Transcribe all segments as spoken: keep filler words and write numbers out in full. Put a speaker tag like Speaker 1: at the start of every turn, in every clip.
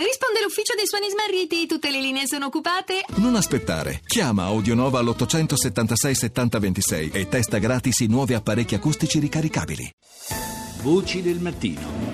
Speaker 1: Risponde l'ufficio dei suoni smarriti, tutte le linee sono occupate.
Speaker 2: Non aspettare, chiama Audionova all'ottocentosettantasei settanta ventisei e testa gratis i nuovi apparecchi acustici ricaricabili.
Speaker 3: Voci del mattino.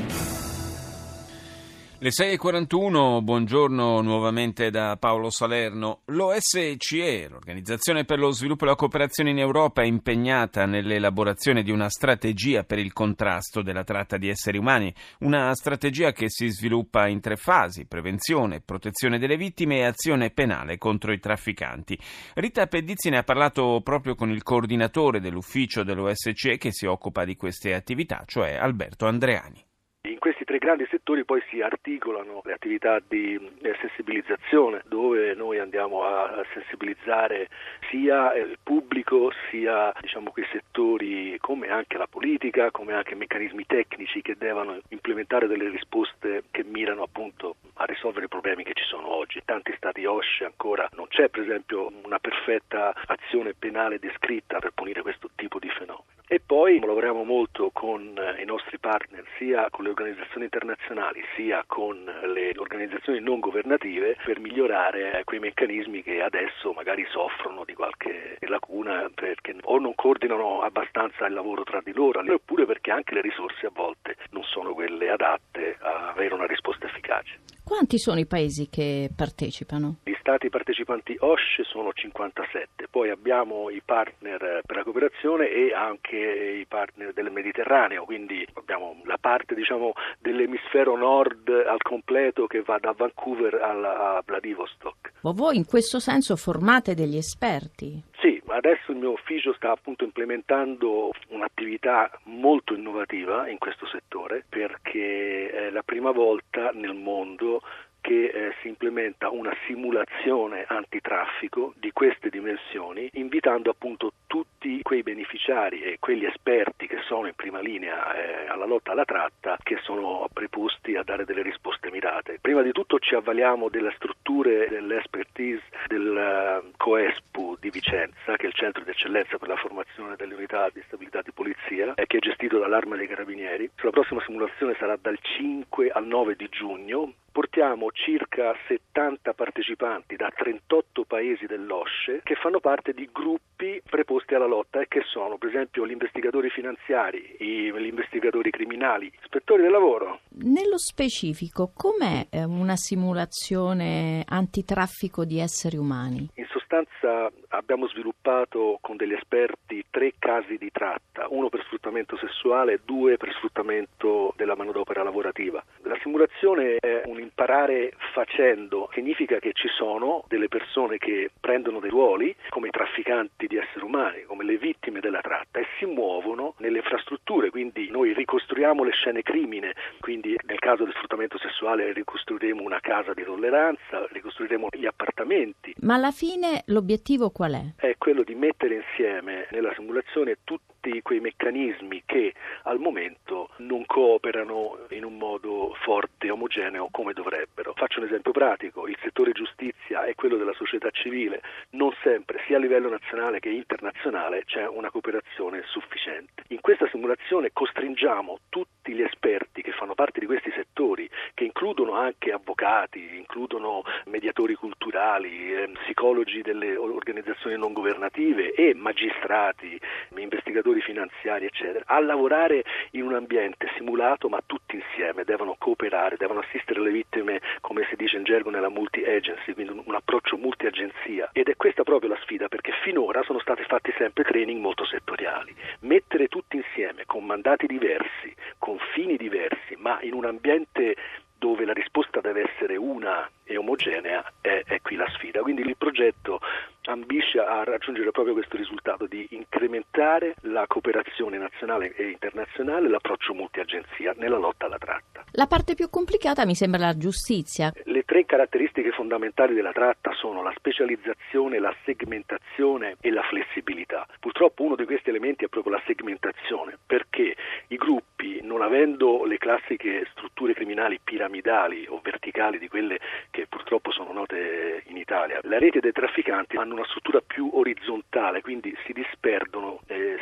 Speaker 4: Le sei e quarantuno, buongiorno nuovamente da Paolo Salerno. L'O S C E, l'Organizzazione per lo Sviluppo e la Cooperazione in Europa, è impegnata nell'elaborazione di una strategia per il contrasto della tratta di esseri umani, una strategia che si sviluppa in tre fasi: prevenzione, protezione delle vittime e azione penale contro i trafficanti. Rita Pedizzi ne ha parlato proprio con il coordinatore dell'ufficio dell'O S C E che si occupa di queste attività, cioè Alberto Andreani.
Speaker 5: In questi tre grandi settori poi si articolano le attività di sensibilizzazione, dove noi andiamo a sensibilizzare sia il pubblico, sia diciamo quei settori come anche la politica, come anche meccanismi tecnici che devono implementare delle risposte che mirano appunto a risolvere i problemi che ci sono oggi. In tanti stati O S C E ancora non c'è per esempio una perfetta azione penale descritta per punire questo tipo di fenomeno. E poi lavoriamo molto con i nostri partner, sia con le organizzazioni internazionali sia con le organizzazioni non governative, per migliorare quei meccanismi che adesso magari soffrono di qualche lacuna perché o non coordinano abbastanza il lavoro tra di loro, oppure perché anche le risorse a volte non sono quelle adatte a avere una risposta efficace.
Speaker 6: Quanti sono i paesi che partecipano?
Speaker 5: Gli stati partecipanti O S C E sono cinquantasette, poi abbiamo i partner per la cooperazione e anche i partner del Mediterraneo, quindi abbiamo la parte diciamo dell'emisfero nord al completo che va da Vancouver alla, a Vladivostok.
Speaker 6: Voi in questo senso formate degli esperti?
Speaker 5: Sì, adesso il mio ufficio sta appunto implementando un'attività molto innovativa in questo settore, perché è la prima volta nel mondo che eh, si implementa una simulazione antitraffico di queste dimensioni, invitando appunto tutti quei beneficiari e quegli esperti che sono in prima linea eh, alla lotta alla tratta, che sono preposti a dare delle risposte mirate. Prima di tutto ci avvaliamo delle strutture dell'expertise del uh, COESPU di Vicenza, che è il centro di eccellenza per la formazione delle unità di stabilità di polizia, eh, che è gestito dall'Arma dei Carabinieri. La prossima simulazione sarà dal cinque al nove di giugno. Portiamo circa settanta partecipanti da trentotto paesi dell'O S C E che fanno parte di gruppi preposti alla lotta e che sono per esempio gli investigatori finanziari, i, gli investigatori criminali, ispettori del lavoro.
Speaker 6: Nello specifico, com'è una simulazione antitraffico di esseri umani?
Speaker 5: In sostanza abbiamo sviluppato con degli esperti tre casi di tratta, uno per sfruttamento sessuale e due per sfruttamento della manodopera lavorativa. La simulazione è un imparare facendo, significa che ci sono delle persone che prendono dei ruoli come i trafficanti di esseri umani, come le vittime della tratta, e si muovono nelle infrastrutture, quindi noi ricostruiamo le scene crimine, quindi nel caso del sfruttamento sessuale ricostruiremo una casa di tolleranza, ricostruiremo gli appartamenti.
Speaker 6: Ma alla fine l'obiettivo qual è?
Speaker 5: È quello di mettere insieme nella simulazione tutti quei meccanismi che al momento non cooperano in un modo forte e omogeneo come dovrebbero. Faccio un esempio pratico: il settore giustizia e quello della società civile, non sempre, sia a livello nazionale che internazionale, c'è una cooperazione sufficiente. In questa simulazione costringiamo tutti gli esperti che fanno parte di questi settori, che includono anche avvocati, includono mediatori culturali, eh, psicologi delle organizzazioni non governative e magistrati, investigatori finanziari, eccetera, a lavorare in un ambiente simulato, ma tutti insieme devono cooperare, devono assistere le vittime, come si dice in gergo, nella multi-agency, quindi un, un approccio multi-agenzia. Ed è questa proprio la sfida, perché finora sono stati fatti sempre training molto settoriali. Mettere tutti insieme, con mandati diversi, con fini diversi, ma in un ambiente dove la risposta deve essere una e omogenea, è, è qui la sfida. Quindi il progetto ambisce a raggiungere proprio questo risultato di incrementare la cooperazione nazionale e internazionale, l'approccio multiagenzia nella lotta alla tratta.
Speaker 6: La parte più complicata mi sembra la giustizia.
Speaker 5: Le tre caratteristiche fondamentali della tratta sono la specializzazione, la segmentazione e la flessibilità. Purtroppo uno di questi elementi è proprio la segmentazione, perché i gruppi, non avendo le classiche strutture criminali piramidali o verticali di quelle che purtroppo sono note in Italia, la rete dei trafficanti hanno una struttura più orizzontale, quindi si disperdono, eh,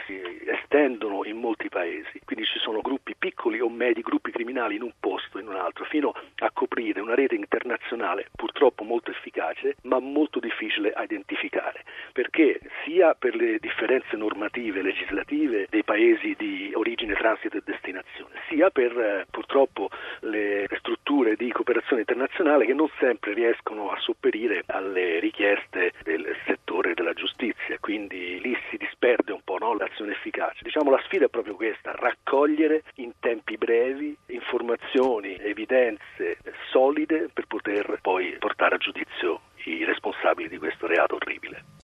Speaker 5: si estendono in molti paesi, quindi ci sono gruppi piccoli o medi, gruppi criminali in un posto, in un altro, fino a coprire una rete internazionale purtroppo molto efficace, ma molto difficile a identificare, perché sia per le differenze normative, legislative dei paesi di origine, transito e destinazione, sia per eh, purtroppo le strutture di cooperazione internazionale che non sempre riescono a sopperire alle richieste del settore della giustizia, quindi lì si disperde un po', no, l'azione efficace. Diciamo la sfida è proprio questa: raccogliere in